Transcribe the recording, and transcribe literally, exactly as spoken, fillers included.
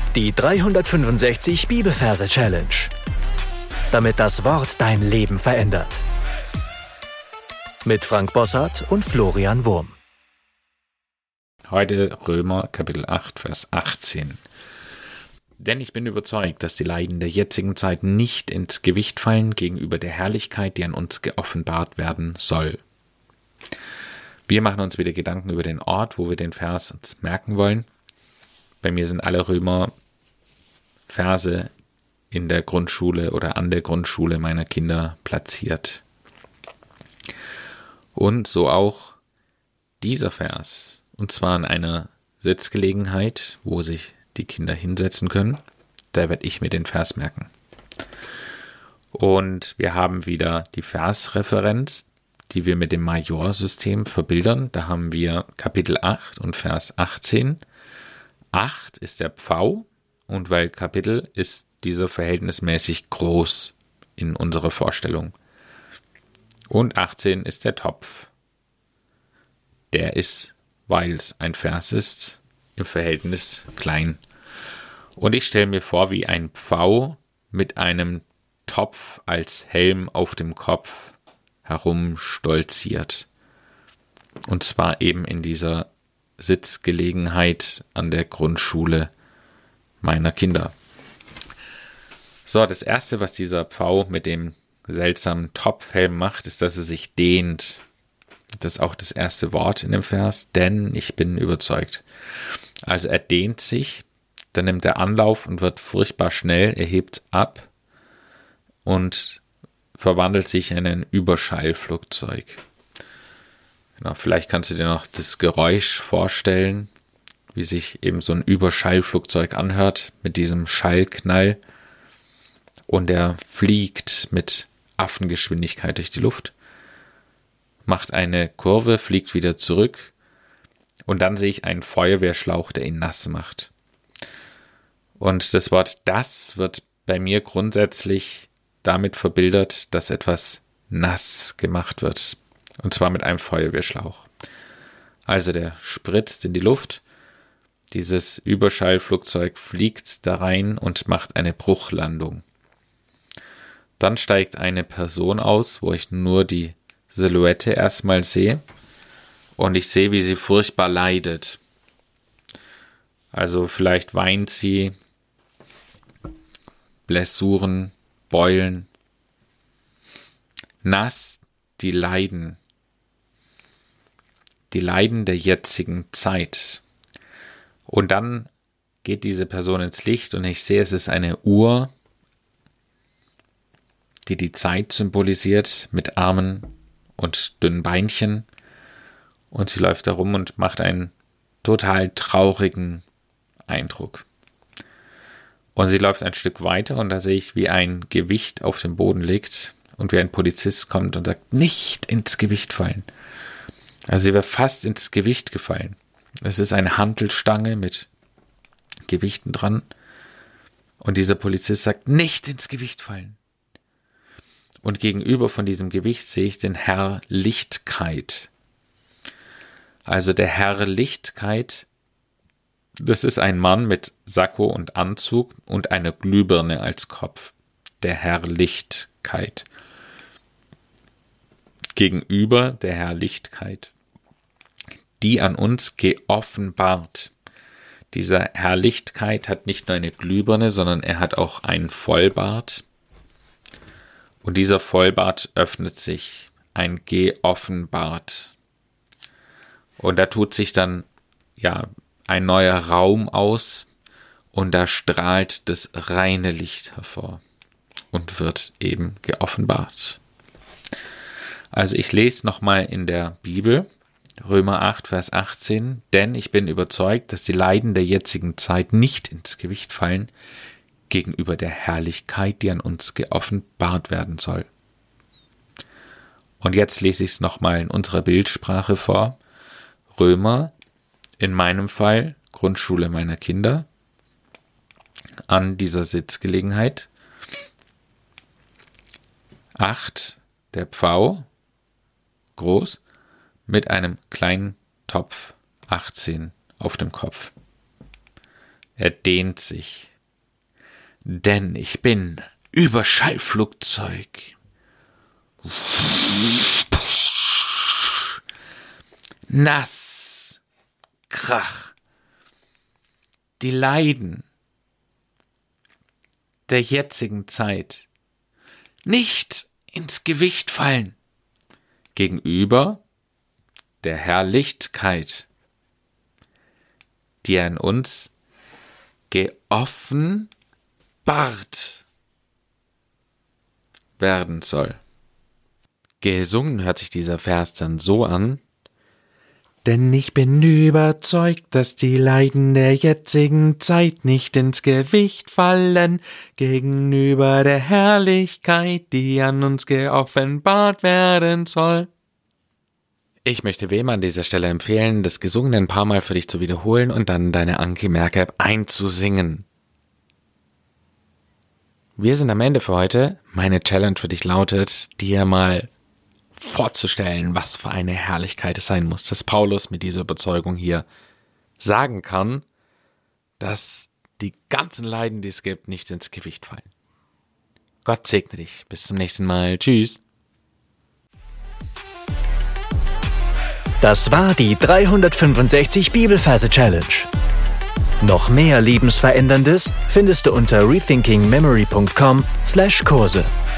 Die dreihundertfünfundsechzig Bibelverse Challenge. Damit das Wort dein Leben verändert. Mit Frank Bossart und Florian Wurm. Heute Römer Kapitel acht, Vers achtzehn. Denn ich bin überzeugt, dass die Leiden der jetzigen Zeit nicht ins Gewicht fallen gegenüber der Herrlichkeit, die an uns geoffenbart werden soll. Wir machen uns wieder Gedanken über den Ort, wo wir den Vers uns merken wollen. Bei mir sind alle Römer Verse in der Grundschule oder an der Grundschule meiner Kinder platziert. Und so auch dieser Vers, und zwar in einer Sitzgelegenheit, wo sich die Kinder hinsetzen können. Da werde ich mir den Vers merken. Und wir haben wieder die Versreferenz, die wir mit dem Majorsystem verbildern. Da haben wir Kapitel acht und Vers achtzehn. acht ist der Pfau, und weil Kapitel ist dieser verhältnismäßig groß in unserer Vorstellung. Und achtzehn ist der Topf. Der ist, weil es ein Vers ist, im Verhältnis klein. Und ich stelle mir vor, wie ein Pfau mit einem Topf als Helm auf dem Kopf herumstolziert. Und zwar eben in dieser Sitzgelegenheit an der Grundschule meiner Kinder. So, das Erste, was dieser Pfau mit dem seltsamen Topfhelm macht, ist, dass er sich dehnt. Das ist auch das erste Wort in dem Vers, denn ich bin überzeugt. Also er dehnt sich, dann nimmt er Anlauf und wird furchtbar schnell, er hebt ab und verwandelt sich in ein Überschallflugzeug. Genau, vielleicht kannst du dir noch das Geräusch vorstellen, wie sich eben so ein Überschallflugzeug anhört mit diesem Schallknall. Und er fliegt mit Affengeschwindigkeit durch die Luft, macht eine Kurve, fliegt wieder zurück und dann sehe ich einen Feuerwehrschlauch, der ihn nass macht. Und das Wort das wird bei mir grundsätzlich damit verbildert, dass etwas nass gemacht wird. Und zwar mit einem Feuerwehrschlauch. Also der spritzt in die Luft, dieses Überschallflugzeug fliegt da rein und macht eine Bruchlandung. Dann steigt eine Person aus, wo ich nur die Silhouette erstmal sehe und ich sehe, wie sie furchtbar leidet. Also vielleicht weint sie, Blessuren, Beulen, nass, die Leiden. Die Leiden der jetzigen Zeit. Und dann geht diese Person ins Licht und ich sehe, es ist eine Uhr, die die Zeit symbolisiert mit Armen und dünnen Beinchen. Und sie läuft da rum und macht einen total traurigen Eindruck. Und sie läuft ein Stück weiter und da sehe ich, wie ein Gewicht auf dem Boden liegt und wie ein Polizist kommt und sagt, nicht ins Gewicht fallen. Also sie wäre fast ins Gewicht gefallen. Es ist eine Hantelstange mit Gewichten dran. Und dieser Polizist sagt, nicht ins Gewicht fallen. Und gegenüber von diesem Gewicht sehe ich den Herr Lichtkeit. Also der Herr Lichtkeit, das ist ein Mann mit Sakko und Anzug und einer Glühbirne als Kopf. Der Herr Lichtkeit. Gegenüber der Herrlichkeit, die an uns geoffenbart. Dieser Herrlichkeit hat nicht nur eine Glühbirne, sondern er hat auch einen Vollbart. Und dieser Vollbart öffnet sich, ein geoffenbart. Und da tut sich dann ja ein neuer Raum aus und da strahlt das reine Licht hervor und wird eben geoffenbart. Also ich lese nochmal in der Bibel, Römer acht, Vers achtzehn, denn ich bin überzeugt, dass die Leiden der jetzigen Zeit nicht ins Gewicht fallen gegenüber der Herrlichkeit, die an uns geoffenbart werden soll. Und jetzt lese ich es nochmal in unserer Bildsprache vor. Römer, in meinem Fall Grundschule meiner Kinder, an dieser Sitzgelegenheit. acht, der Pfau, groß, mit einem kleinen Topf, achtzehn auf dem Kopf. Er dehnt sich. Denn ich bin Überschallflugzeug. Nass. Krach. Die Leiden der jetzigen Zeit nicht ins Gewicht fallen gegenüber der Herrlichkeit, die er in uns geoffenbart werden soll. Gesungen hört sich dieser Vers dann so an: Denn ich bin überzeugt, dass die Leiden der jetzigen Zeit nicht ins Gewicht fallen gegenüber der Herrlichkeit, die an uns geoffenbart werden soll. Ich möchte wie immer an dieser Stelle empfehlen, das Gesungene ein paar Mal für dich zu wiederholen und dann deine Anki-Merk-App einzusingen. Wir sind am Ende für heute. Meine Challenge für dich lautet, dir mal vorzustellen, was für eine Herrlichkeit es sein muss, dass Paulus mit dieser Überzeugung hier sagen kann, dass die ganzen Leiden, die es gibt, nicht ins Gewicht fallen. Gott segne dich. Bis zum nächsten Mal. Tschüss. Das war die dreihundertfünfundsechzig Bibelverse Challenge. Noch mehr Lebensveränderndes findest du unter rethinkingmemory punkt com slash Kurse.